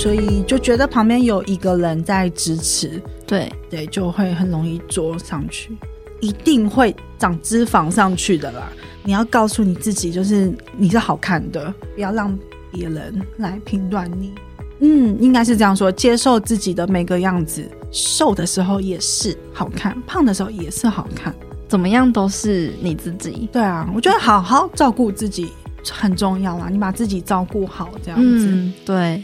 所以就觉得旁边有一个人在支持， 对， 就会很容易做上去，一定会长脂肪上去的啦。你要告诉你自己，就是你是好看的，不要让别人来评断你。应该是这样说，接受自己的每个样子，瘦的时候也是好看，胖的时候也是好看， 怎么样都是你自己。 对啊，我觉得好好照顾自己很重要啦，你把自己照顾好这样子。 对。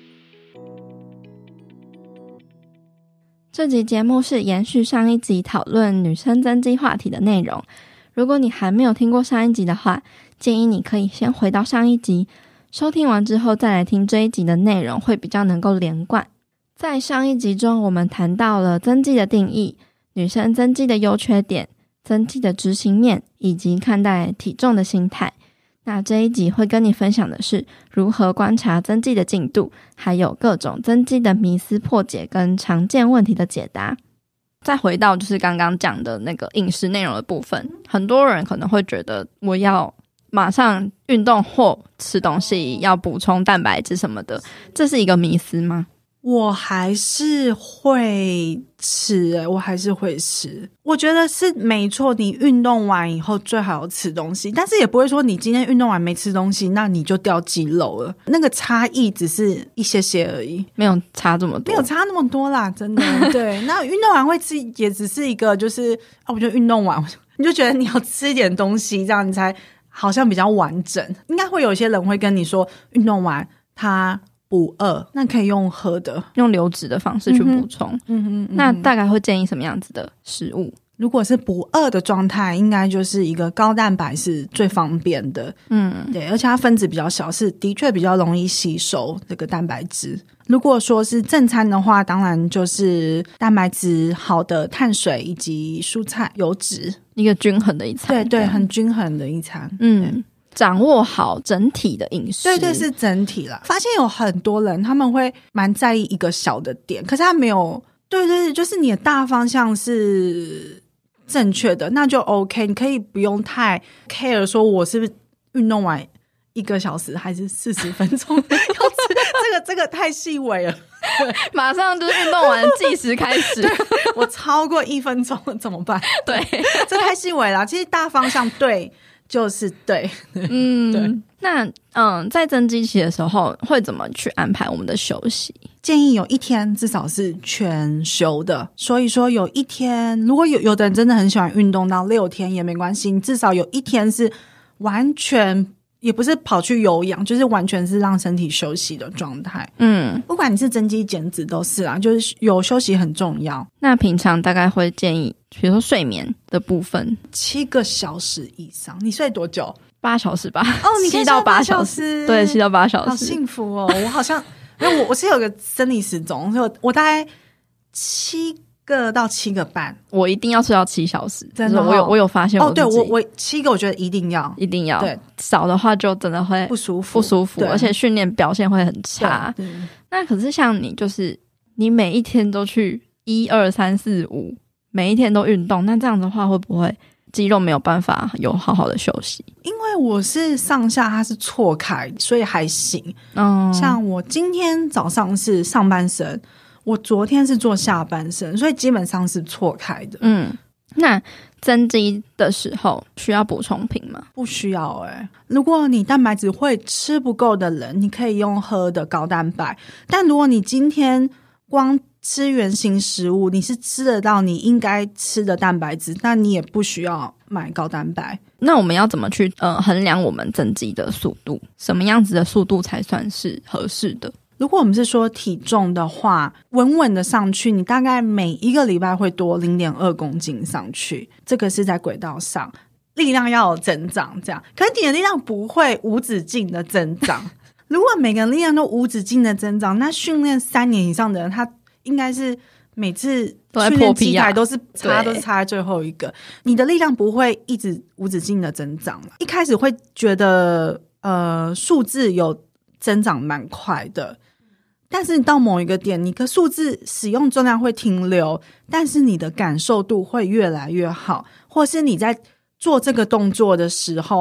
这集节目是延续上一集讨论女生增肌话题的内容，如果你还没有听过上一集的话，建议你可以先回到上一集，收听完之后再来听这一集的内容，会比较能够连贯。在上一集中，我们谈到了增肌的定义、女生增肌的优缺点、增肌的执行面，以及看待体重的心态。那这一集会跟你分享的是如何观察增肌的进度，还有各种增肌的迷思破解跟常见问题的解答。再回到就是刚刚讲的那个饮食内容的部分，很多人可能会觉得我要马上运动或吃东西，要补充蛋白质什么的，这是一个迷思吗？ 我还是会吃我还是会吃。我觉得是没错，你运动完以后最好要吃东西，但是也不会说你今天运动完没吃东西，那你就掉肌肉了。那个差异只是一些些而已， 没有差这么多， 没有差那么多啦，真的。对，那运动完会吃也只是一个就是我觉得运动完你就觉得你要吃一点东西，这样你才好像比较完整。应该会有一些人会跟你说运动完他不饿，那可以用喝的， 用流质的方式去补充。那大概会建议什么样子的食物？ 如果是不饿的状态，应该就是一个高蛋白是最方便的。对，而且它分子比较小，是的确比较容易吸收这个蛋白质。如果说是正餐的话，当然就是蛋白质好的碳水以及蔬菜油脂， 一个均衡的一餐。 对，很均衡的一餐。 掌握好整体的饮食。 对，是整体啦。发现有很多人他们会蛮在意一个小的点，可是他没有，对，就是你的大方向是正确的，那就 OK。你可以不用太 care 说我是不是运动完1个小时还是40分钟要吃这个太细微了。 马上就是运动完计时开始。 我超过1分钟了怎么办？ 对， 这太细微了。其实大方向对就是对。对。 那在增肌期的时候会怎么去安排我们的休息？ 建议有1天至少是全休的，所以说有1天，如果有的人真的很喜欢运动到6天也没关系，你至少有1天是完全也不是跑去有氧，就是完全是让身体休息的状态。不管你是增肌减脂都是啦，就是有休息很重要。 那平常大概会建议比如说睡眠的部分 7个小时以上。你睡多久 ？8小时吧。 你 7到8小时。对，7到8小时。 好幸福哦。我好像因为我是有个生理时钟，所以我大概7个到7个半， 我一定要睡到7小时。 真的我有发现我自己。 对，我7个我觉得一定要。对， 少的话就真的会不舒服，而且训练表现会很差。那可是像你就是你每一天都去1、2、3、4、5每一天都运动，那这样的话会不会肌肉没有办法有好好的休息？ 因为我是上下它是错开，所以还行。像我今天早上是上半身，我昨天是做下半身，所以基本上是错开的。 那增肌的时候需要补充品吗？ 不需要如果你蛋白质会吃不够的人，你可以用喝的高蛋白。但如果你今天光吃原型食物，你是吃得到你应该吃的蛋白质，那你也不需要买高蛋白。 那我们要怎么去衡量我们增肌的速度？什么样子的速度才算是合适的？ 如果我们是说体重的话，稳稳的上去，你大概每1个礼拜会多 0.2 公斤上去，这个是在轨道上，力量要有增长这样。可是你的力量不会无止境的增长。如果每个人力量都无止境的增长，那训练3年以上的人，他应该是每次训练机台都是差在最后一个。你的力量不会一直无止境的增长，一开始会觉得数字有增长蛮快的，但是你到某一个点，你的数字使用重量会停留，但是你的感受度会越来越好，或是你在做这个动作的时候，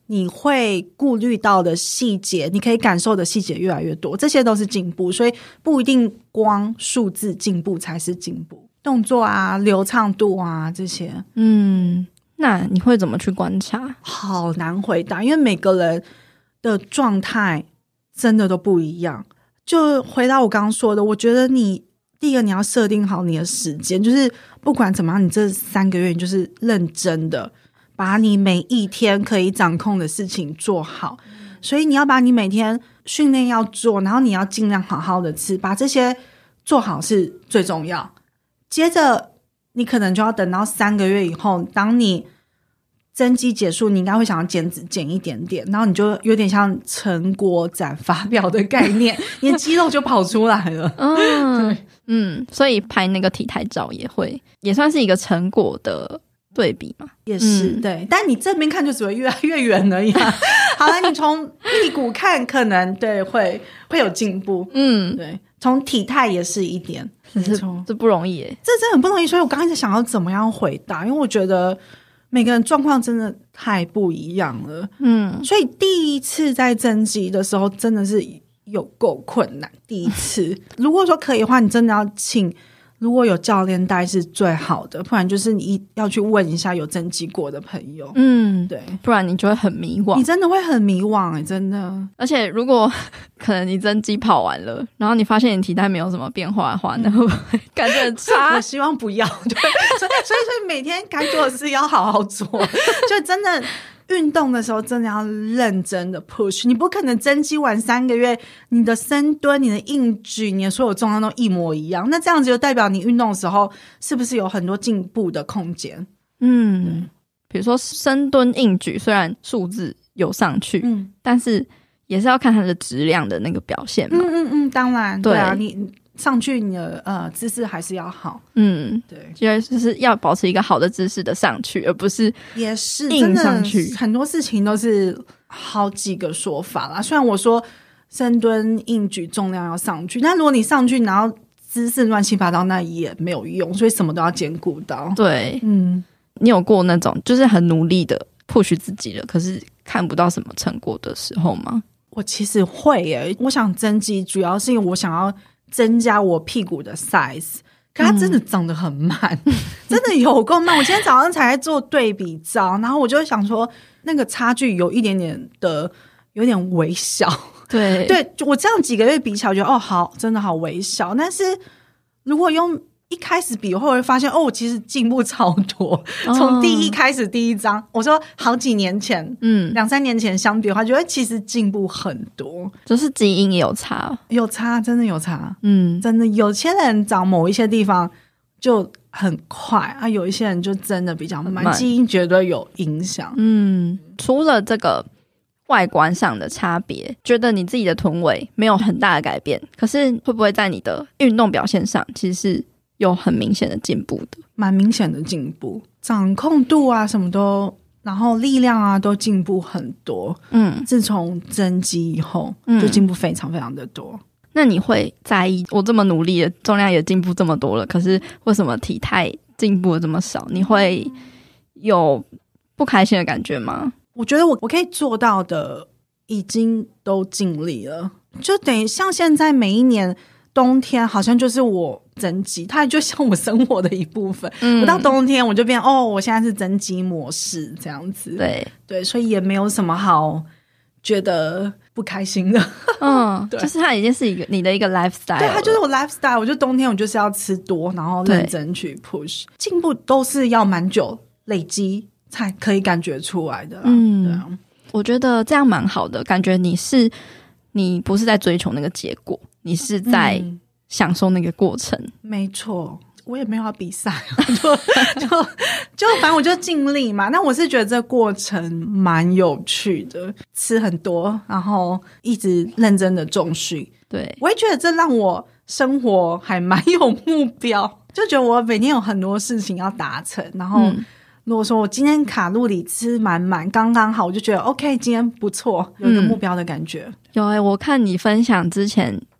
你会顾虑到的细节，你可以感受的细节越来越多，这些都是进步。所以不一定光数字进步才是进步，动作啊、流畅度啊这些。 那你会怎么去观察？ 好难回答，因为每个人的状态真的都不一样。就回到我刚刚说的，我觉得你第一个你要设定好你的时间，就是不管怎么样，你这3个月你就是认真的把你每一天可以掌控的事情做好。所以你要把你每天训练要做，然后你要尽量好好的吃，把这些做好是最重要。接着你可能就要等到3个月以后，当你增肌结束，你应该会想要减脂减一点点，然后你就有点像成果展发表的概念你的肌肉就跑出来了。 所以拍那个体态照也算是一个成果的对比嘛。 也是对，但你正面看就只会越来越远而已好了，你从屁股看可能对会有进步。对，从体态也是一点。 这不容易耶， 这真的很不容易。所以我刚开始想要怎么样回答，因为我觉得每个人状况真的太不一样了。所以第一次在增肌的时候真的是有够困难。第一次如果说可以的话，你真的要请，如果有教练带是最好的，不然就是你要去问一下有增肌过的朋友。对， 不然你就会很迷惘， 你真的会很迷惘真的。 而且如果可能你增肌跑完了，然后你发现你体态没有什么变化的话，那会不会感觉很差？ 我希望不要。对，所以每天该做的事要好好做就真的运动的时候真的要认真的 push， 你不可能增肌完3个月你的深蹲、你的硬举、你的所有重量都一模一样，那这样子就代表你运动的时候是不是有很多进步的空间。 比如说深蹲硬举虽然数字有上去，但是也是要看它的质量的那个表现嘛。 当然对啊，你上去你的姿势还是要好。对， 就是要保持一个好的姿势的上去，而不是也是硬上去。 很多事情都是好几个说法啦。虽然我说深蹲硬举重量要上去，但如果你上去然后姿势乱七八糟，那也没有用，所以什么都要兼顾到。 对，你有过那种就是很努力的 push 自己了，可是看不到什么成果的时候吗？ 我其实会耶，我想增肌主要是因为我想要增加我屁股的 size， 可它真的长得很慢，真的有够慢。我今天早上才在做对比照，然后我就想说那个差距有一点点的有点微小。 对， 我这样几个月比起来，我觉得好，真的好微小。但是如果用一开始比后会发现其实进步超多。从第一开始第一张，我说好几年前2-3年前相比的话，觉得其实进步很多， 就是基因也有差， 真的有差。真的有些人长某一些地方就很快啊，有一些人就真的比较慢，基因绝对有影响。 除了这个外观上的差别，觉得你自己的臀围没有很大的改变，可是会不会在你的运动表现上其实是有很明显的进步的？蛮明显的进步，掌控度啊什么都，然后力量啊都进步很多。自从增肌以后就进步非常非常的多。 那你会在意我这么努力的重量也进步这么多了，可是为什么体态进步的这么少？你会有不开心的感觉吗？ 我觉得我可以做到的已经都尽力了，就等于像现在每一年冬天好像就是我增肌，它就像我生活的一部分。我到冬天我就变我现在是增肌模式这样子。对，所以也没有什么好觉得不开心的。 就是它已经是你的一个 lifestyle。对， 它就是我 lifestyle。我就冬天我就是要吃多，然后认真去 push。进步都是要蛮久累积才可以感觉出来的啦。对啊， 我觉得这样蛮好的，感觉你不是在追求那个结果，你是在享受那个过程。 没错，我也没有要比赛，就反正我就尽力嘛。那我是觉得这过程蛮有趣的，吃很多，然后一直认真的重训。对，我也觉得这让我生活还蛮有目标，就觉得我每天有很多事情要达成，然后如果说我今天卡路里吃满满刚刚好，我就觉得 OK， 今天不错，有一个目标的感觉。 有我看你分享之前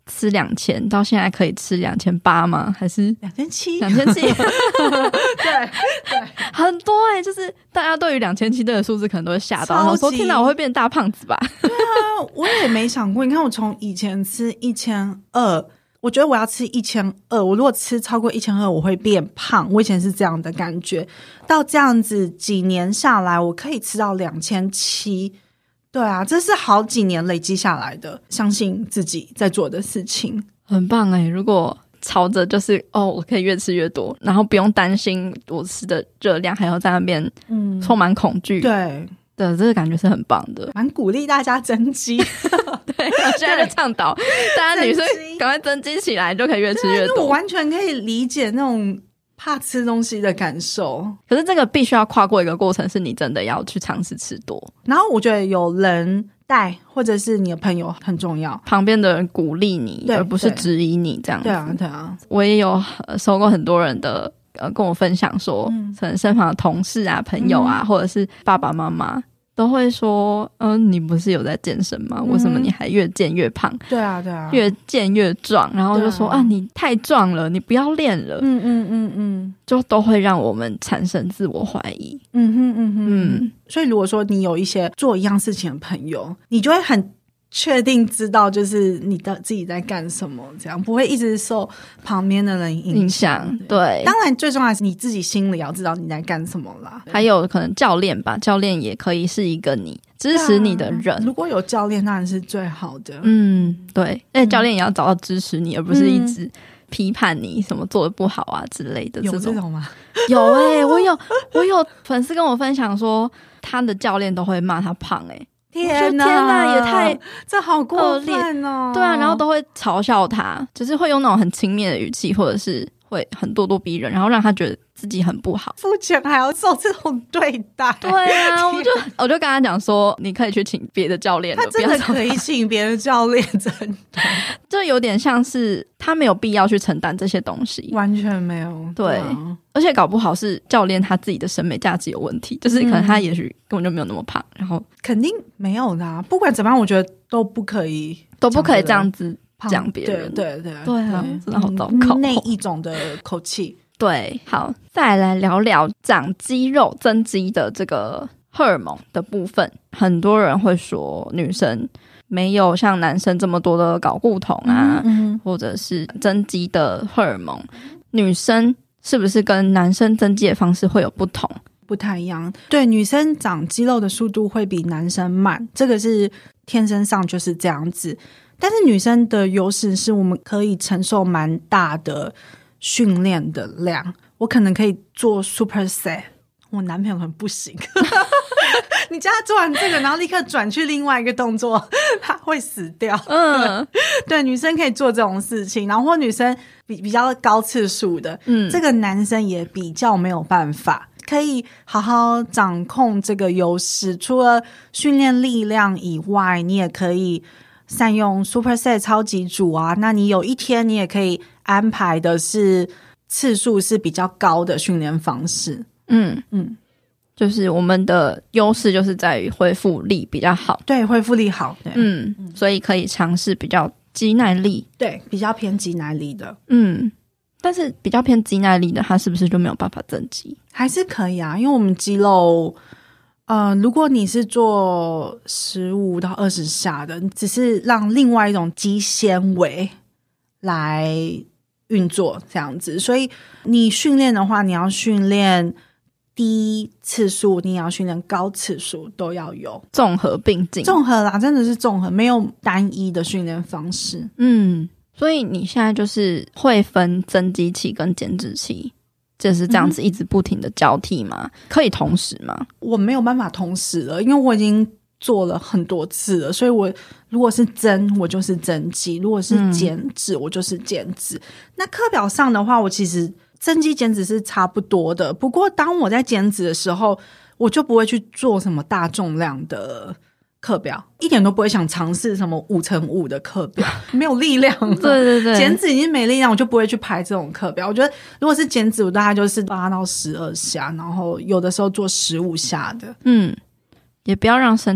吃2000，到现在可以吃2800吗？还是 2700？2700对， 很多就是大家对于2700这个数字可能都会吓到，然后说天哪，我会变大胖子吧？ 对啊，我也没想过。你看我从以前吃1200，我觉得我要吃1200，我如果吃超过1200我会变胖，我以前是这样的感觉，到这样子几年下来我可以吃到2700。对啊，这是好几年累积下来的，相信自己在做的事情很棒如果朝着就是我可以越吃越多，然后不用担心我吃的热量还要在那边充满恐惧， 对的这个感觉是很棒的， 蛮鼓励大家增肌对，我现在就倡导大家女生赶快增肌起来，就可以越吃越多。 我完全可以理解那种怕吃东西的感受， 可是这个必须要跨过一个过程，是你真的要去尝试吃多， 然后我觉得有人带或者是你的朋友很重要， 旁边的人鼓励你而不是质疑你这样子。 对啊， 我也有收过很多人的跟我分享说，可能身旁的同事啊朋友啊或者是爸爸妈妈都会说你不是有在健身吗？为什么你还越健越胖？ 对啊越健越壮，然后就说你太壮了，你不要练了，就都会让我们产生自我怀疑。 所以如果说你有一些做一样事情的朋友，你就会很确定知道就是你的自己在干什么，这样不会一直受旁边的人影响。 对， 当然最重要的是你自己心里要知道你在干什么啦。 还有可能教练吧，教练也可以是一个你支持你的人， 如果有教练当然是最好的。 对，而且教练也要找到支持你，而不是一直批判你什么做的不好啊之类的。 有这种吗？ 有我有粉丝跟我分享说他的教练都会骂他胖天哪， 也太这好过分哦！ 对啊，然后都会嘲笑他，就是会用那种很轻蔑的语气，或者是会很咄咄逼人，然后让他觉得自己很不好。 付钱还要受这种对待？ 对啊，我就跟他讲说，你可以去请别的教练了。 他真的可以请别的教练，真的， 就有点像是他没有必要去承担这些东西， 完全没有。 对，而且搞不好是教练他自己的审美价值有问题，就是可能他也许根本就没有那么胖，然后肯定没有啦。不管怎么样，我觉得都不可以这样子讲别人。 对啊，真的好糟糕， 那一种的口气。 对，好，再来聊聊长肌肉增肌的这个荷尔蒙的部分。很多人会说女生没有像男生这么多的睾固酮啊，或者是增肌的荷尔蒙，女生是不是跟男生增肌的方式会有不同？ 不太一样。对，女生长肌肉的速度会比男生慢，这个是天生上就是这样子。但是女生的优势是我们可以承受蛮大的训练的量，我可能可以做 superset， 我男朋友可能不行你叫他做完这个然后立刻转去另外一个动作，他会死掉。对，女生可以做这种事情，然后或女生比较高次数的，这个男生也比较没有办法可以好好掌控这个优势。除了训练力量以外，你也可以善用 superset 超级组啊，那你有一天你也可以安排的是次数是比较高的训练方式。 就是我们的优势就是在于恢复力比较好。 对，恢复力好。对， 所以可以尝试比较肌耐力。 对，比较偏肌耐力的。 但是比较偏肌耐力的，它是不是就没有办法增肌？ 还是可以啊，因为我们肌肉如果你是做15到20下的，只是让另外一种肌纤维来运作这样子，所以你训练的话，你要训练低次数，你也要训练高次数，都要有综合并进。 综合啦，真的是综合，没有单一的训练方式。 所以你现在就是会分增肌期跟减脂期，就是这样子一直不停的交替吗？可以同时吗？ 我没有办法同时了，因为我已经做了很多次了，所以我如果是增我就是增肌，如果是减脂我就是减脂。那课表上的话，我其实增肌减脂是差不多的，不过当我在减脂的时候，我就不会去做什么大重量的课表，一点都不会想尝试什么5×5的课表，没有力量。 对， 减脂已经没力量，我就不会去排这种课表。我觉得如果是减脂，我大概就是8到12下，然后有的时候做15下的。 也不要让身体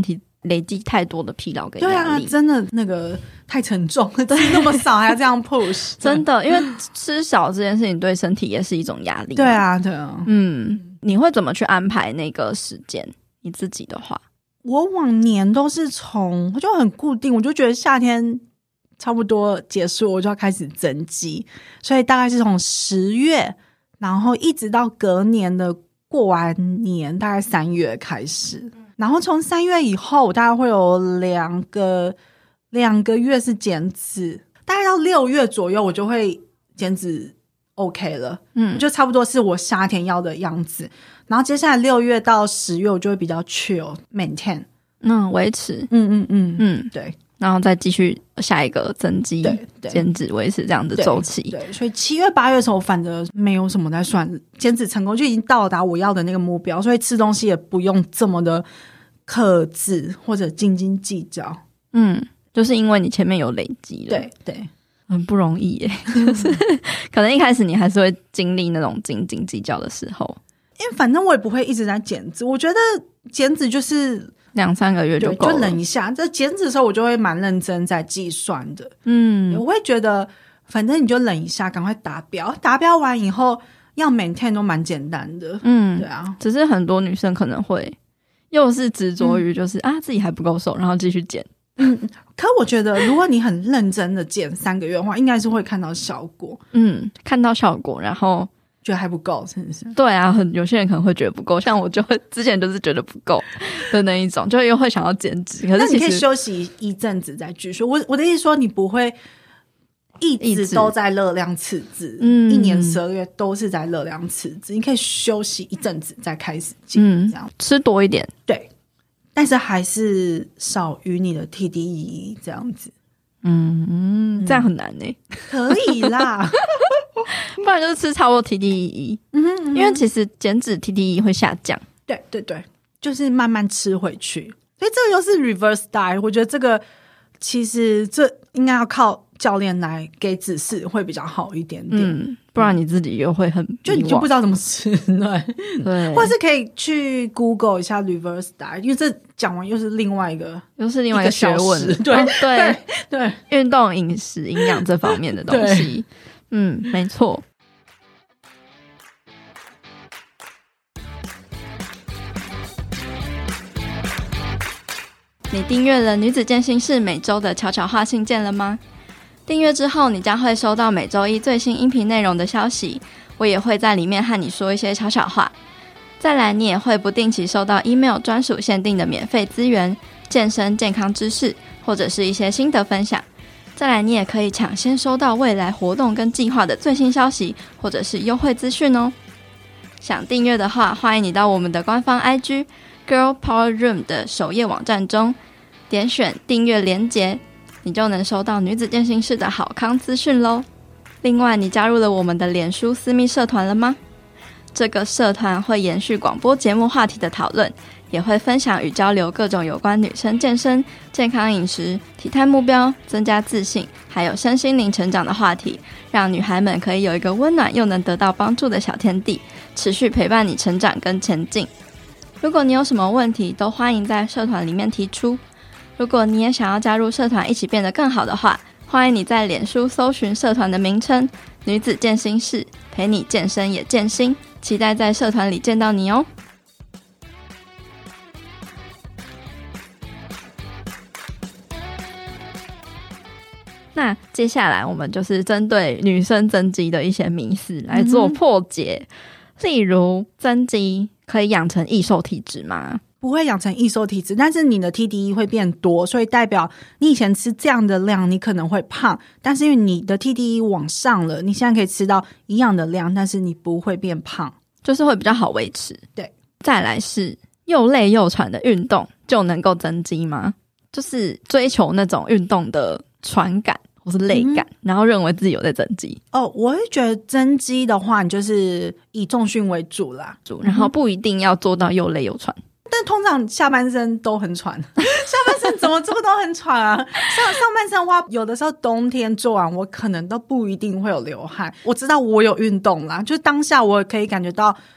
累积太多的疲劳跟压力。 对啊，真的那个太沉重了，吃那么少还要这样 push 真的，因为吃少这件事情对身体也是一种压力。 对啊对啊。 你会怎么去安排那个时间？你自己的话， 我往年都是我就很固定，我就觉得夏天差不多结束我就要开始增肌，所以大概是从10月然后一直到隔年的过完年大概3月开始，然后从3月以后我大概会有2个月是减脂，大概到6月左右我就会减脂 OK 了，就差不多是我夏天要的样子，然后接下来6月到10月我就会比较 chill maintain 维持对， 然后再继续下一个增肌减脂维持这样的周期。 对，所以7月8月的时候反正没有什么在算减脂成功，就已经到达我要的那个目标，所以吃东西也不用这么的克制或者斤斤计较。 就是因为你前面有累积了。 对对， 很不容易耶就是可能一开始你还是会经历那种斤斤计较的时候， 因为反正我也不会一直在减脂，我觉得减脂就是 2-3个月就够了， 就忍一下。这减脂的时候我就会蛮认真在计算的，我会觉得反正你就忍一下，赶快达标，达标完以后要 maintain 都蛮简单的。对啊， 只是很多女生可能会又是执着于就是自己还不够瘦，然后继续减。 可我觉得如果你很认真的减3个月的话，应该是会看到效果。 看到效果，然后觉得还不够，真的是。 对啊，有些人可能会觉得不够，像我就会之前就是觉得不够的那一种，就又会想要减脂。可是你可以休息一阵子再继续。我的意思说，你不会一直都在热量赤字，1年12个月都是在热量赤字，你可以休息一阵子再开始减，这样吃多一点。 对，但是还是少于你的 TDEE 这样子。 这样很难欸。 可以啦不然就是吃超过 TDEE。因为其实减脂 TDEE 会下降。 对对对，就是慢慢吃回去，所以这个又是 reverse diet。 我觉得这个其实这应该要靠教练来给指示会比较好一点点， 不然你自己又会很就你就不知道怎么吃。 对， 或者是可以去 Google 一下 reverse diet， 因为这讲完又是另外一个学问。对， 运动、饮食、营养这方面的东西。没错。你订阅了女子健心室每周的悄悄话信件了吗？订阅之后，你将会收到每周一最新音频内容的消息，我也会在里面和你说一些悄悄话。再来，你也会不定期收到 email 专属限定的免费资源、健身健康知识，或者是一些心得分享。再来，你也可以抢先收到未来活动跟计划的最新消息，或者是优惠资讯哦。想订阅的话，欢迎你到我们的官方 IG Girl Power Room 的首页网站中，点选订阅连结，你就能收到女子健心室的好康资讯咯。另外，你加入了我们的脸书私密社团了吗？这个社团会延续广播节目话题的讨论，也会分享与交流各种有关女生健身、健康饮食、体态目标、增加自信，还有身心灵成长的话题，让女孩们可以有一个温暖又能得到帮助的小天地，持续陪伴你成长跟前进。如果你有什么问题，都欢迎在社团里面提出。如果你也想要加入社团一起变得更好的话，欢迎你在脸书搜寻社团的名称女子健心室，陪你健身也健心，期待在社团里见到你哦。那接下来我们就是针对女生增肌的一些迷思来做破解。例如增肌可以养成易瘦体质吗？ 不会养成易瘦体质，但是你的 TDE 会变多，所以代表你以前吃这样的量你可能会胖，但是因为你的 TDE 往上了，你现在可以吃到一样的量，但是你不会变胖， 就是会比较好维持。 对， 再来是又累又喘的运动就能够增肌吗？就是追求那种运动的喘感或是累感，然后认为自己有在增肌。 我会觉得增肌的话，你就是以重训为主啦， 然后不一定要做到又累又喘。 但通常下半身都很喘下半身怎么做都很喘啊上半身的话，有的时候冬天做完我可能都不一定会有流汗，我知道我有运动啦，就当下我可以感觉到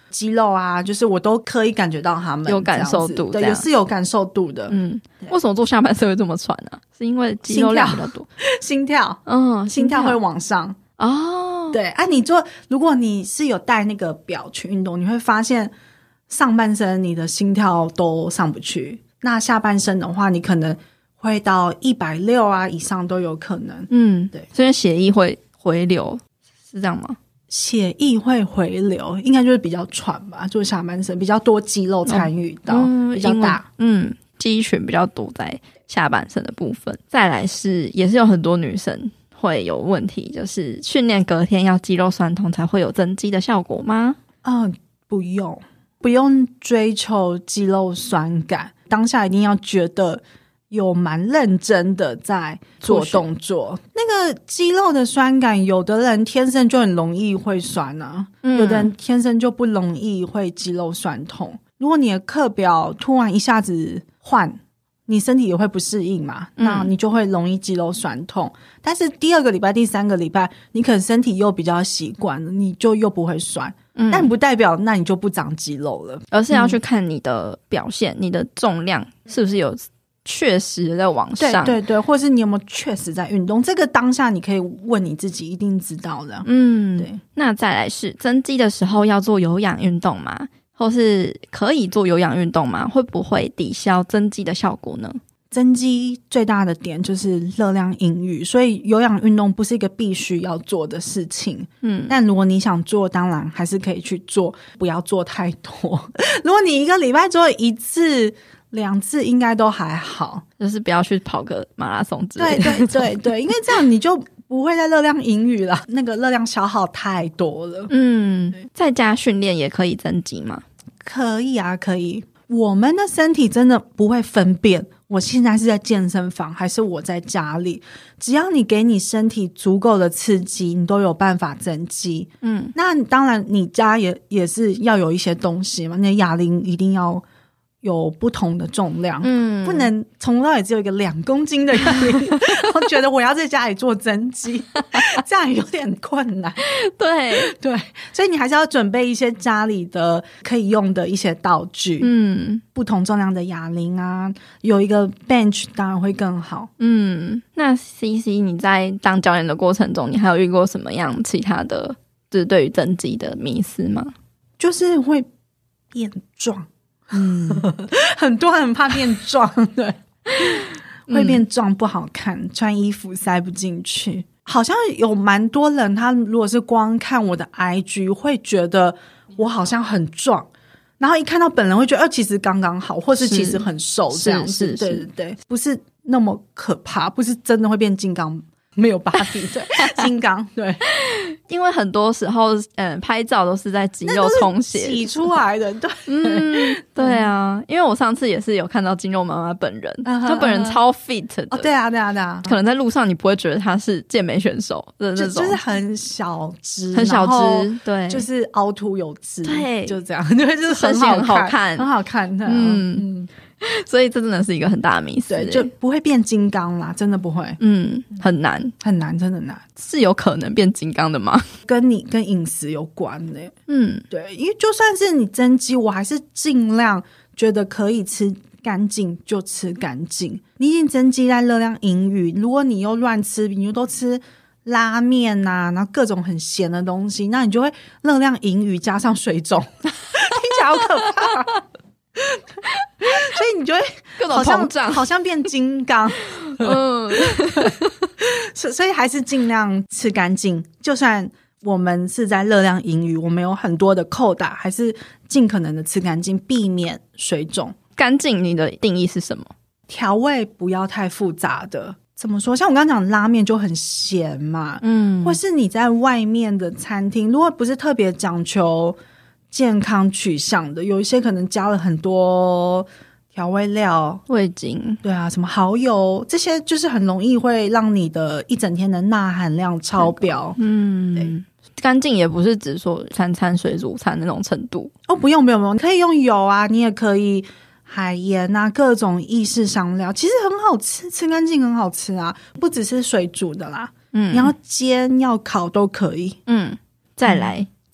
肌肉啊，就是我都可以感觉到他们有感受度， 对，也是有感受度的。 为什么做下半身会这么喘呢？是因为肌肉量比较多， 心跳，心跳会往上哦。对啊，如果你是有带那个表去运动，你会发现上半身你的心跳都上不去，那下半身的话，你可能会到160啊以上都有可能。对， 所以血液会回流，是这样吗？ 血液会回流，应该就是比较喘吧，就是下半身比较多肌肉参与到，比较大。 肌群比较多在下半身的部分。再来也是有很多女生会有问题，就是训练隔天要肌肉酸痛才会有增肌的效果吗？ 不用追求肌肉酸感，当下一定要觉得有蛮认真的在做动作。那个肌肉的酸感，有的人天生就很容易会酸啊，有的人天生就不容易会肌肉酸痛。如果你的课表突然一下子换，你身体也会不适应嘛，那你就会容易肌肉酸痛。但是第2个礼拜第3个礼拜你可能身体又比较习惯了，你就又不会酸。但不代表那你就不长肌肉了， 而是要去看你的表现，你的重量是不是有确实在往上， 对，或是你有没有确实在运动，这个当下你可以问你自己，一定知道的。对。 那再来是增肌的时候要做有氧运动吗？或是可以做有氧运动吗？会不会抵消增肌的效果呢？ 增肌最大的点就是热量盈余，所以有氧运动不是一个必须要做的事情。但如果你想做，当然还是可以去做，不要做太多。如果你1个礼拜做1次2次应该都还好， 就是不要去跑个马拉松之类的。 对，因为这样你就不会在热量盈余了，那个热量消耗太多了。 在家训练也可以增肌吗？ 可以啊，可以。我们的身体真的不会分辨我现在是在健身房还是我在家里，只要你给你身体足够的刺激，你都有办法增肌。那当然你家也是要有一些东西嘛，你的哑铃一定要有不同的重量，不能从头到尾只有一个2公斤的哑铃我觉得我要在家里做增肌这样有点困难。对，所以你还是要准备一些家里的可以用的一些道具，不同重量的哑铃啊，有一个 bench 当然会更好。 那 CC 你在当教练的过程中，你还有遇过什么样其他的就是对于增肌的迷思吗？ 就是会变壮。很多人很怕变壮，对，会变壮不好看，穿衣服塞不进去。好像有蛮多人，他如果是光看我的 IG 会觉得我好像很壮，然后一看到本人会觉得其实刚刚好，或是其实很瘦这样子。对，不是那么可怕，不是真的会变金刚，没有芭比对金刚对。 因为很多时候拍照都是在肌肉充血挤出来的。对， 对啊，因为我上次也是有看到筋肉妈妈本人，她本人超 fit 的。 对啊， 可能在路上你不会觉得她是健美选手的那种， 就是很小只， 对， 就是凹凸有致， 对， 就这样，就是很好看，很好看。 所以这真的是一个很大的迷思， 对，就不会变金刚啦，真的不会。 很难， 真的难。 是有可能变金刚的吗？ 跟饮食有关的。对，因为就算是你增肌，我还是尽量觉得可以吃干净就吃干净。你已经增肌在热量盈余，如果你又乱吃，你又都吃拉面啊，然后各种很咸的东西，那你就会热量盈余加上水肿，听起来好可怕。所以你就会各种膨胀， 好像变金刚。所以还是尽量吃干净，就算我们是在热量盈余，我们有很多的扣打，还是尽可能的吃干净，避免水肿。 干净你的定义是什么？ 调味不要太复杂的。怎么说？像我刚刚讲拉面就很咸嘛，或是你在外面的餐厅，如果不是特别讲求健康取向的，有一些可能加了很多调味料、 味精， 对啊，什么蚝油，这些就是很容易会让你的一整天的钠含量超标。对， 干净也不是只说餐餐水煮餐那种程度不用，可以用油啊，你也可以海盐啊，各种意式香料，其实很好吃，吃干净很好吃啊，不只是水煮的啦，你要煎要烤都可以。 再来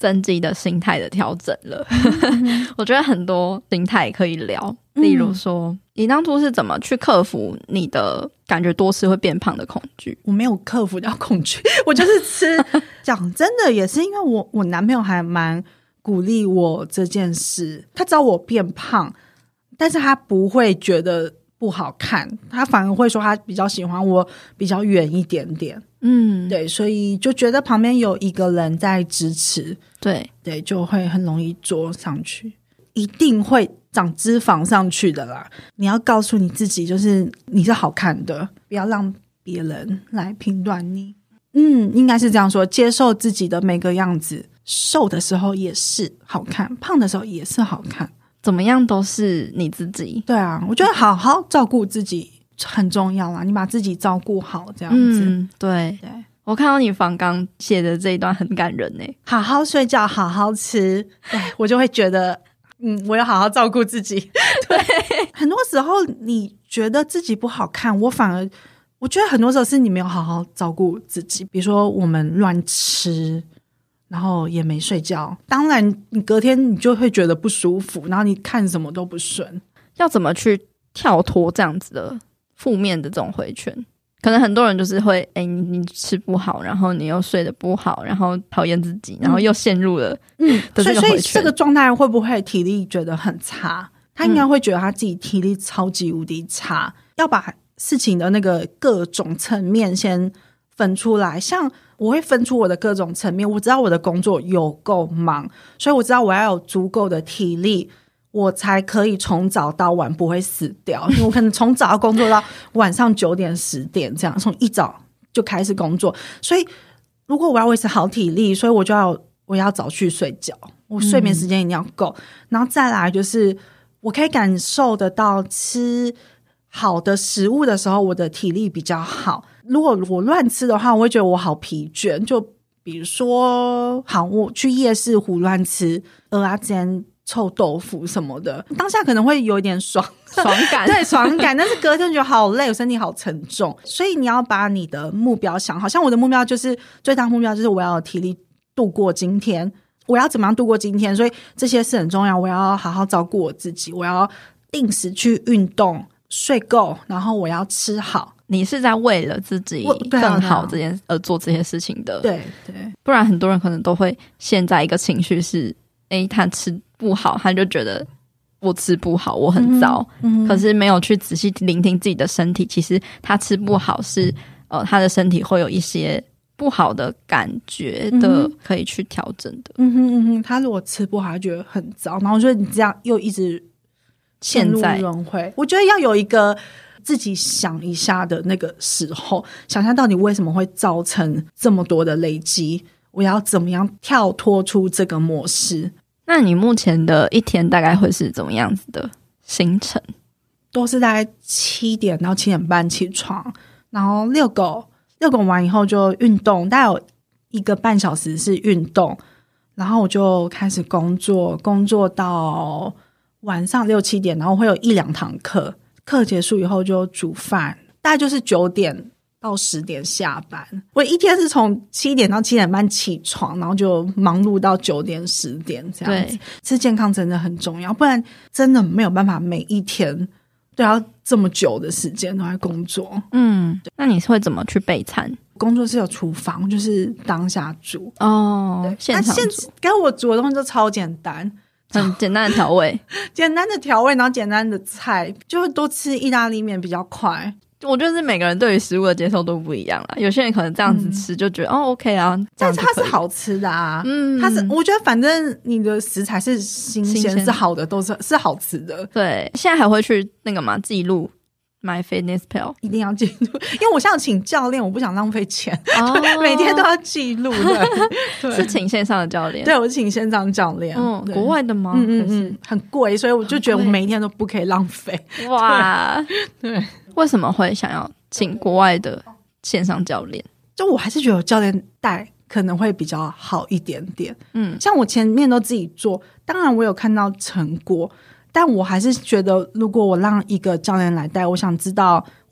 增肌的心态的调整了。我觉得很多心态可以聊，例如说你当初是怎么去克服你的感觉多吃会变胖的恐惧？ 我没有克服掉恐惧，我就是吃。讲真的，也是因为我男朋友还蛮鼓励我这件事，他知道我变胖，但是他不会觉得不好看，他反而会说他比较喜欢我比较圆一点点。对，所以就觉得旁边有一个人在支持，对，就会很容易做上去，一定会长脂肪上去的啦。你要告诉你自己，就是你是好看的，不要让别人来评断你。应该是这样说，接受自己的每个样子，瘦的时候也是好看，胖的时候也是好看， 怎么样都是你自己。对啊，我觉得好好照顾自己很重要啦，你把自己照顾好这样子。 对，我看到你访纲写的这一段很感人耶， 好好睡觉，好好吃，对，我就会觉得我要好好照顾自己。对，很多时候你觉得自己不好看，我觉得很多时候是你没有好好照顾自己，比如说我们乱吃，然后也没睡觉，当然你隔天你就会觉得不舒服，然后你看什么都不顺。 要怎么去跳脱这样子的负面的这种回圈？可能很多人就是会你吃不好，然后你又睡得不好，然后讨厌自己，然后又陷入了的这个回圈。所以这个状态会不会体力觉得很差？他应该会觉得他自己体力超级无敌差，要把事情的那个各种层面先分出来。像我会分出我的各种层面，我知道我的工作有够忙，所以我知道我要有足够的体力，我才可以从早到晚不会死掉。因为我可能从早要工作到晚上9点10点这样，从一早就开始工作。所以如果我要维持好体力，所以我要早去睡觉，我睡眠时间一定要够。然后再来就是我可以感受得到吃好的食物的时候我的体力比较好。如果我乱吃的话，我会觉得我好疲倦。就比如说我去夜市胡乱吃蚵仔煎、臭豆腐什么的，当下可能会有一点爽感对，爽感，但是隔天觉得好累，我身体好沉重。所以你要把你的目标想好，像我的目标就是最大目标就是我要有体力度过今天，我要怎么样度过今天，所以这些事很重要。我要好好照顾我自己，我要定时去运动，睡够，然后我要吃好。 你是在为了自己更好而做这些事情的。对，不然很多人可能都会陷在一个情绪是他吃不好，他就觉得我吃不好我很糟，可是没有去仔细聆听自己的身体，其实他吃不好是他的身体会有一些不好的感觉的，可以去调整的。 他如果吃不好他觉得很糟，然后所以你这样又一直陷入轮回。我觉得要有一个自己想一下的那个时候，想象到底为什么会造成这么多的累积，我要怎么样跳脱出这个模式。 那你目前的一天大概会是怎么样子的行程？ 都是大概7点到7点半起床，然后遛狗完以后就运动，大概有1个半小时是运动，然后我就开始工作到晚上6、7点，然后会有1、2堂课结束以后就煮饭，大概就是9点到10点下班。我一天是从7点到7点半起床，然后就忙碌到9点10点这样子。吃健康真的很重要，不然真的没有办法每一天都要这么久的时间都在工作。 那你会怎么去备餐？ 工作室有厨房，就是当下煮现场煮。 跟我煮的东西都超简单， 很简单的调味简单的调味，然后简单的菜，就会多吃意大利面比较快。 我觉得是每个人对于食物的接受都不一样啦，有些人可能这样子吃就觉得OK 啊， 但是它是好吃的啊。它是我觉得反正你的食材是新鲜是好的，都是好吃的。 对，现在还会去那个嘛记录MyFitnessPal， 一定要记录，因为我现在有请教练，我不想浪费钱，每天都要记录。 对，是请线上的教练。 对，我是请线上教练。 国外的吗？ 很贵，所以我就觉得我每一天都不可以浪费。 哇，对，为什么会想要请国外的线上教练？ 就我还是觉得有教练带可能会比较好一点点。像我前面都自己做，当然我有看到成果，但我还是觉得如果我让一个教练来带，我想知道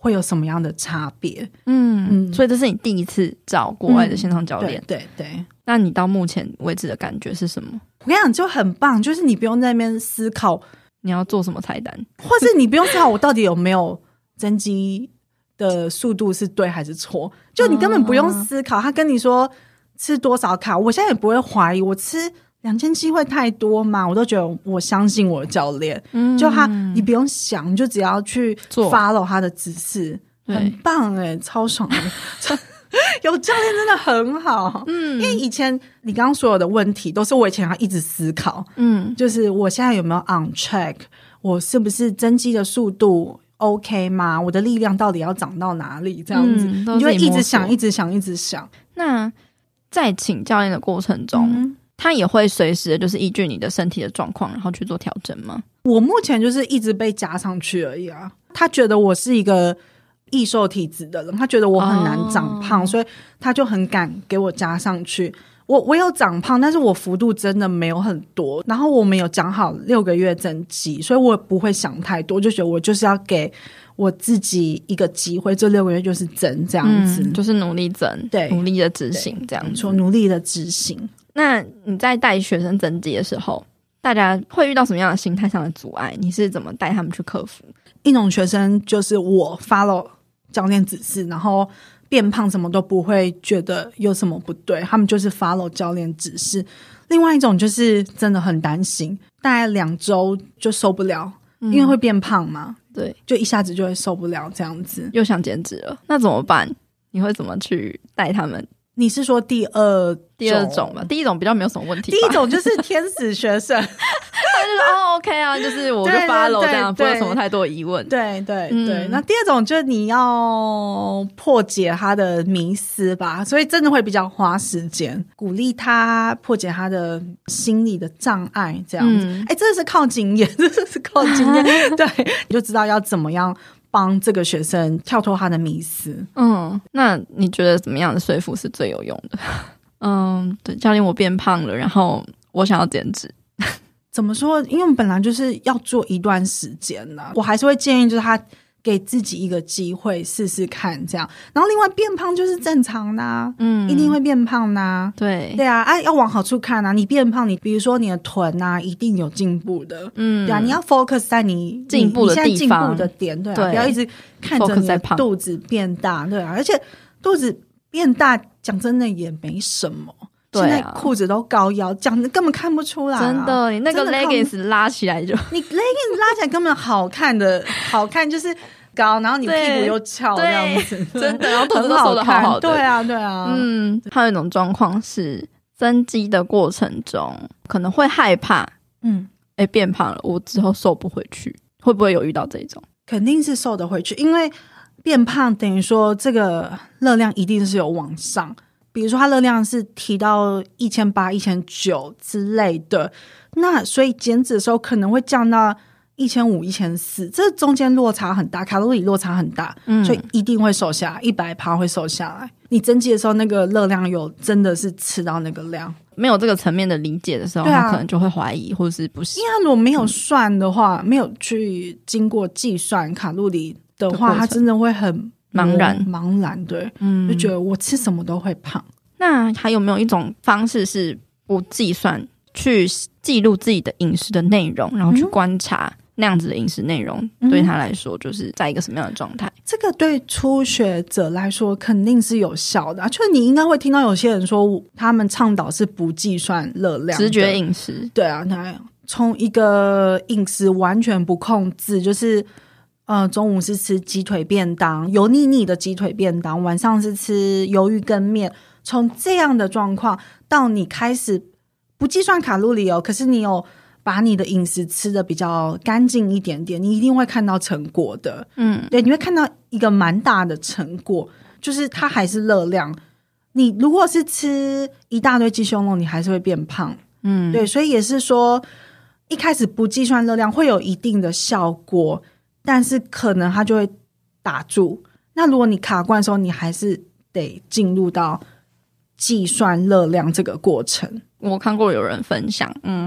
会有什么样的差别。 所以这是你第一次找国外的线上教练。 对对对。 那你到目前为止的感觉是什么？ 我跟你讲就很棒，就是你不用在那边思考你要做什么菜单， 或是你不用思考我到底有没有增肌的速度是对还是错，就你根本不用思考。他跟你说吃多少卡，我现在也不会怀疑我吃2700会太多嘛，我都觉得我相信我的教练。就他你不用想，你就只要去 follow 他的指示，很棒超爽的有教练真的很好。因为以前你刚刚所有的问题都是我以前要一直思考，就是我现在有没有 on track， 我是不是增肌的速度 OK 吗？我的力量到底要长到哪里？这样子，你就会一直想一直想一直想。 那在请教练的过程中，他也会随时的就是依据你的身体的状况然后去做调整吗？ 我目前就是一直被加上去而已啊。他觉得我是一个易瘦体质的人，他觉得我很难长胖，所以他就很敢给我加上去。我有长胖，但是我幅度真的没有很多。然后我们有讲好6个月增肌，所以我不会想太多，就觉得我就是要给我自己一个机会，这6个月就是增这样子， 就是努力增，对，努力的执行这样子， 努力的执行。 那你在带学生增肌的时候，大家会遇到什么样的心态上的阻碍？你是怎么带他们去克服？ 一种学生就是我 follow 教练指示，然后变胖什么都不会觉得有什么不对，他们就是 follow 教练指示。另外一种就是真的很担心，大概2周就受不了，因为会变胖嘛，对，就一下子就会受不了这样子， 又想减脂了，那怎么办？你会怎么去带他们？ 你是说第二种吧？第一种比较没有什么问题吧。 第一种就是天使学生他就是OK 啊，就是我就 follow 这样，不会有什么太多疑问。 对对对，那第二种就是你要破解他的迷思吧，所以真的会比较花时间，鼓励他破解他的心理的障碍这样子。真的是靠经验，真的是靠经验对，你就知道要怎么样帮这个学生跳脱他的迷思。 那你觉得怎么样的说服是最有用的？对，教练我变胖了，然后我想要减脂。 怎么说？因为我们本来就是要做一段时间啦，我还是会建议就是他给自己一个机会试试看这样。然后另外变胖就是正常的啊，一定会变胖的啊。对啊，要往好处看啊。你变胖，你比如说你的臀啊，一定有进步的。对啊，你要 focus 在你进步的地方， 你现在进步的点，对啊，不要一直看着你的肚子变大，对啊，而且肚子变大，讲真的也没什么。现在裤子都高腰，讲的根本看不出来真的，你那个 leggings 拉起来就你 leggings 拉起来根本好看就是高，然后你屁股又翘这样子， 真的，然后肚子都瘦得好好的。 对啊对啊。 还有一种状况是增肌的过程中可能会害怕变胖了我之后瘦不回去，会不会有遇到这种？ 肯定是瘦得回去，因为变胖等于说这个热量一定是有往上，比如说它热量是提到1800、1900之类的，那所以减脂的时候可能会降到1500、1400，这中间落差很大，卡路里落差很大，所以一定会瘦下来，100%会瘦下来。你增肌的时候那个热量有真的是吃到那个量， 没有这个层面的理解的时候，他可能就会怀疑或者是不行。 因为他如果没有算的话，没有去经过计算卡路里的话，他真的会很茫然，对，就觉得我吃什么都会胖。 那还有没有一种方式是不计算，去记录自己的饮食的内容，然后去观察那样子的饮食内容对他来说就是在一个什么样的状态？ 这个对初学者来说肯定是有效的就是你应该会听到有些人说他们倡导是不计算热量的直觉饮食。 对啊，那从一个饮食完全不控制，就是中午是吃鸡腿便当，油腻腻的鸡腿便当，晚上是吃鱿鱼羹面，从这样的状况到你开始不计算卡路里可是你有把你的饮食吃的比较干净一点点，你一定会看到成果的。对，你会看到一个蛮大的成果，就是它还是热量。你如果是吃一大堆鸡胸肉，你还是会变胖。对，所以也是说一开始不计算热量会有一定的效果，但是可能它就会打住。那如果你卡关的时候，你还是得进入到计算热量这个过程。 我看过有人分享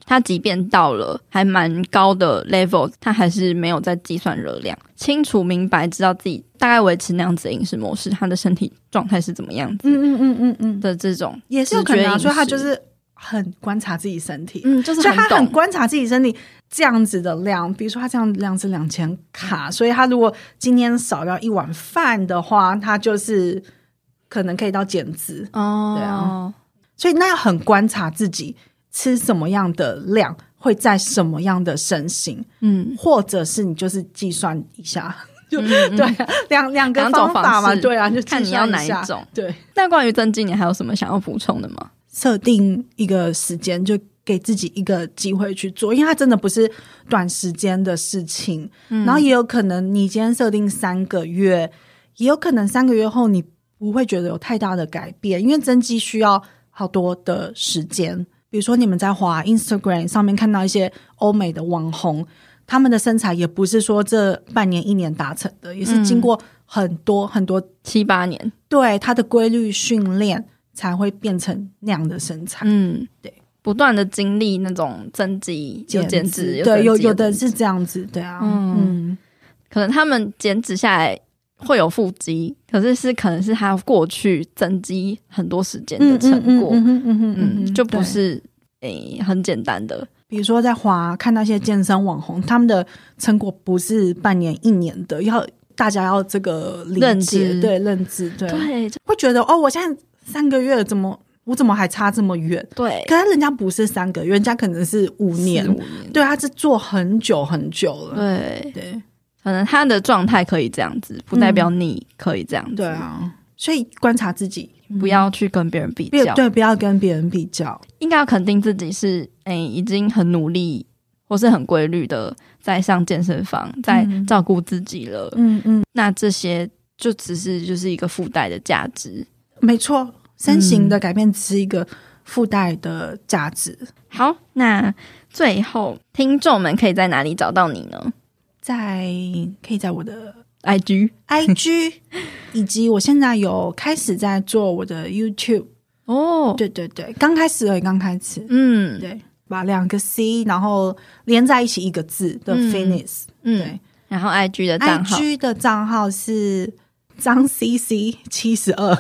它即便到了还蛮高的 level， 它还是没有在计算热量，清楚明白知道自己大概维持那样子的饮食模式，他的身体状态是怎么样子的这种也是有可能啊，所以他就是很观察自己身体， 就是所以他很观察自己身体这样子的量，比如说他这样的量是2000卡，所以他如果今天少掉1碗饭的话，他就是可能可以到减脂对啊，所以那要很观察自己吃什么样的量会在什么样的身形，或者是你就是计算一下，就对两个方法嘛，对啊，就看你要哪一种。 对， 那关于增肌，你还有什么想要补充的吗？ 设定一个时间，就给自己一个机会去做，因为它真的不是短时间的事情，然后也有可能你今天设定3个月，也有可能3个月后你不会觉得有太大的改变，因为增肌需要好多的时间。比如说你们在滑 Instagram 上面看到一些欧美的网红，他们的身材也不是说这半年1年达成的，也是经过很多 7、8年， 对他的规律训练才会变成那样的身材。对， 不断的经历那种增肌有减脂， 对，有的是这样子，对啊， 可能他们减脂下来会有腹肌，可是可能是他过去增肌很多时间的成果，就不是很简单的。 比如说在看那些健身网红，他们的成果不是半年1年的，大家要这个理解，认知，对，会觉得我现在3个月我怎么还差这么远？ 对， 可是人家不是3个月，人家可能是5年，对，他是做很久很久了，对。 可能他的状态可以这样子，不代表你可以这样子。 对啊，所以观察自己， 不要去跟别人比较， 对，不要跟别人比较， 应该要肯定自己是已经很努力或是很规律的在上健身房，在照顾自己了。那这些就就是一个附带的价值。 没错，身形的改变只是一个附带的价值。 好，那最后听众们可以在哪里找到你呢？ 可以在我的 IG 以及我现在有开始在做我的 YouTube 对，刚开始对，把2个 C 然后连在一起1个字的 fitness，对， 然后 IG 的账号是张 CC 72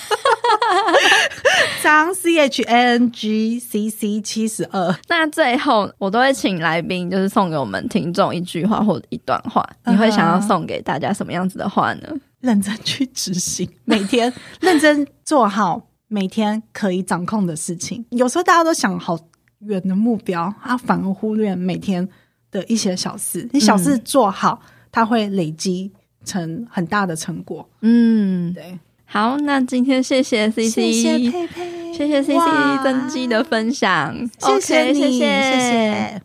张 CHANG CC72。 那最后我都会请来宾就是送给我们听众一句话或一段话，你会想要送给大家什么样子的话呢？ 认真去执行，每天认真做好每天可以掌控的事情。有时候大家都想好远的目标，反而忽略每天的一些小事，你小事做好，它会累积成很大的成果。对。 好，那今天谢谢 CC， 谢谢佩佩， 谢谢 CC 增肌的分享， 谢谢你，谢谢。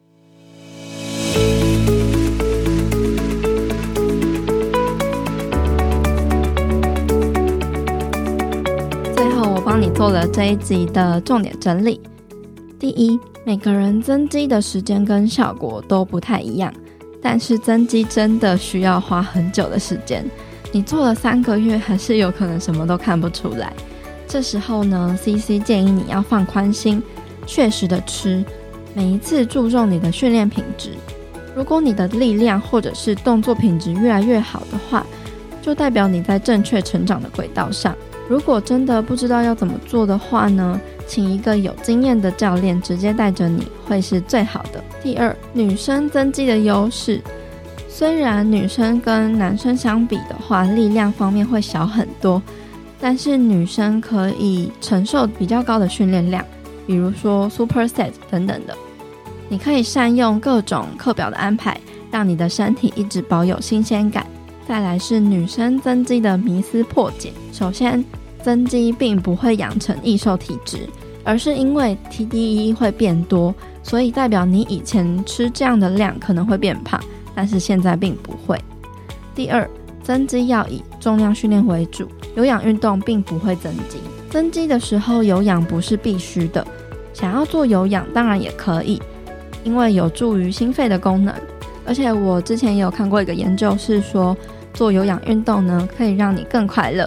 最后我帮你做了这一集的重点整理。第一，每个人增肌的时间跟效果都不太一样，但是增肌真的需要花很久的时间，你做了3个月还是有可能什么都看不出来。这时候呢 CC 建议你要放宽心，确实的吃，每一次注重你的训练品质。如果你的力量或者是动作品质越来越好的话，就代表你在正确成长的轨道上。如果真的不知道要怎么做的话呢，请一个有经验的教练直接带着你会是最好的。第二，女生增肌的优势，虽然女生跟男生相比的话力量方面会小很多，但是女生可以承受比较高的训练量，比如说 superset 等等的。你可以善用各种课表的安排，让你的身体一直保有新鲜感。再来是女生增肌的迷思破解。首先，增肌并不会养成易瘦体质，而是因为 TDEE 会变多，所以代表你以前吃这样的量可能会变胖，但是现在并不会。第二，增肌要以重量训练为主，有氧运动并不会增肌。增肌的时候有氧不是必须的，想要做有氧当然也可以，因为有助于心肺的功能。而且我之前也有看过一个研究是说，做有氧运动呢可以让你更快乐。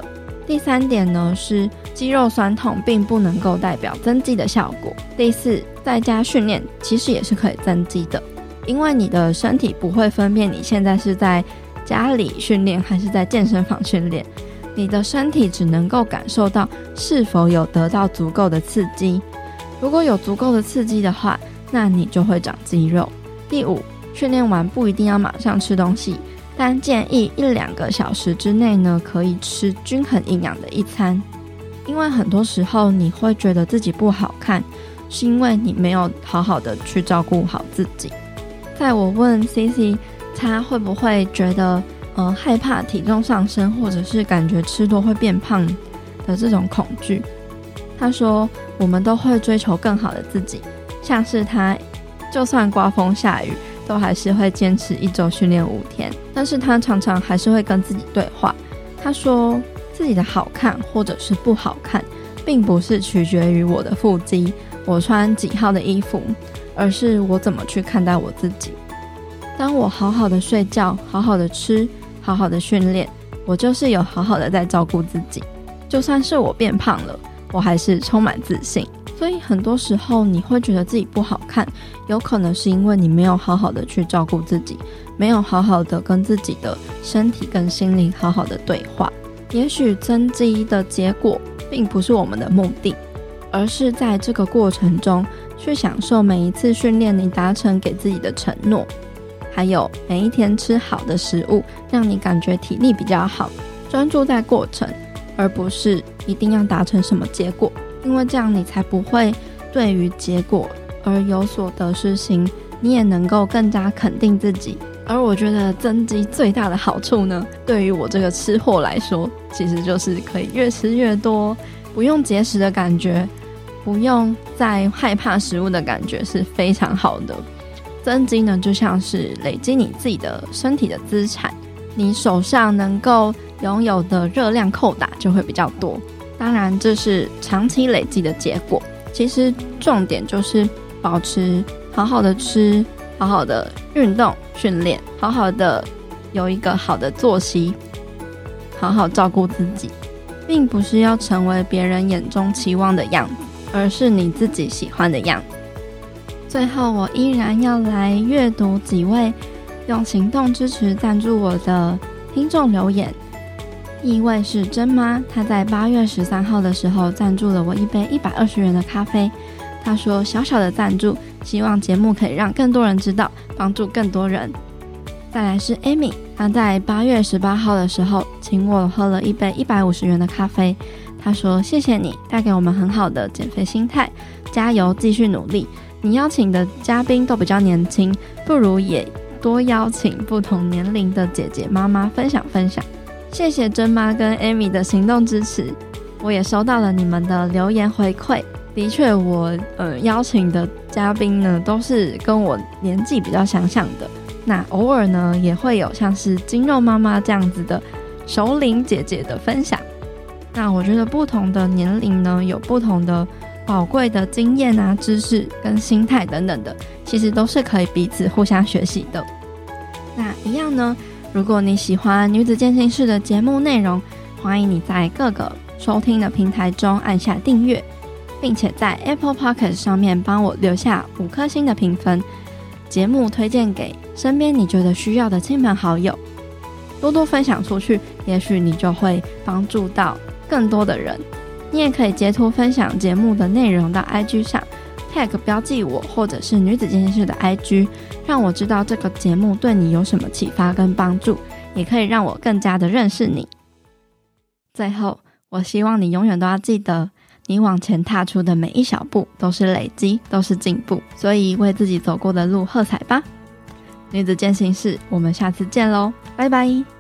第3点呢是肌肉酸痛并不能够代表增肌的效果。第4，在家训练其实也是可以增肌的，因为你的身体不会分辨你现在是在家里训练还是在健身房训练，你的身体只能够感受到是否有得到足够的刺激。如果有足够的刺激的话，那你就会长肌肉。第5，训练完不一定要马上吃东西，但建议1-2个小时之内呢，可以吃均衡营养的一餐。因为很多时候你会觉得自己不好看，是因为你没有好好的去照顾好自己。在我问 CC 他会不会觉得害怕体重上升，或者是感觉吃多会变胖的这种恐惧，他说我们都会追求更好的自己，像是他就算刮风下雨都还是会坚持1周训练5天，但是他常常还是会跟自己对话。他说自己的好看或者是不好看并不是取决于我的腹肌，我穿几号的衣服，而是我怎么去看待我自己。当我好好的睡觉，好好的吃，好好的训练，我就是有好好的在照顾自己。就算是我变胖了，我还是充满自信。所以很多时候你会觉得自己不好看，有可能是因为你没有好好的去照顾自己，没有好好的跟自己的身体跟心灵好好的对话。也许增肌的结果并不是我们的目的，而是在这个过程中去享受每一次训练你达成给自己的承诺，还有每一天吃好的食物，让你感觉体力比较好，专注在过程，而不是一定要达成什么结果，因为这样你才不会对于结果而有所得失心，你也能够更加肯定自己。而我觉得增肌最大的好处呢，对于我这个吃货来说，其实就是可以越吃越多，不用节食的感觉，不用再害怕食物的感觉，是非常好的。增肌呢，就像是累积你自己的身体的资产，你手上能够拥有的热量扣打就会比较多。当然这是长期累积的结果，其实重点就是保持好好的吃，好好的运动训练，好好的有一个好的作息，好好照顾自己，并不是要成为别人眼中期望的样子，而是你自己喜欢的样子。最后我依然要来阅读几位用行动支持赞助我的听众留言。一位是真妈，她在8月13号的时候赞助了我一杯120元的咖啡。她说小小的赞助，希望节目可以让更多人知道，帮助更多人。再来是 Amy， 她在8月18号的时候请我喝了一杯150元的咖啡。她说谢谢你带给我们很好的减肥心态，加油继续努力。你邀请的嘉宾都比较年轻，不如也多邀请不同年龄的姐姐妈妈分享分享。谢谢真妈跟 Amy 的行动支持，我也收到了你们的留言回馈。的确我邀请的嘉宾呢都是跟我年纪比较相像的，那偶尔呢也会有像是筋肉妈妈这样子的熟龄姐姐的分享。那我觉得不同的年龄呢有不同的宝贵的经验啊、知识跟心态等等的，其实都是可以彼此互相学习的。那一样呢，如果你喜欢女子健心室的节目内容，欢迎你在各个收听的平台中按下订阅，并且在 Apple Podcast 上面帮我留下5颗星的评分，节目推荐给身边你觉得需要的亲朋好友，多多分享出去，也许你就会帮助到更多的人。你也可以截图分享节目的内容到 IG 上 tag 标记我或者是女子健心室的 IG， 让我知道这个节目对你有什么启发跟帮助，也可以让我更加的认识你。最后我希望你永远都要记得，你往前踏出的每一小步都是累积，都是进步，所以为自己走过的路喝彩吧。女子健心室，我们下次见咯，拜拜。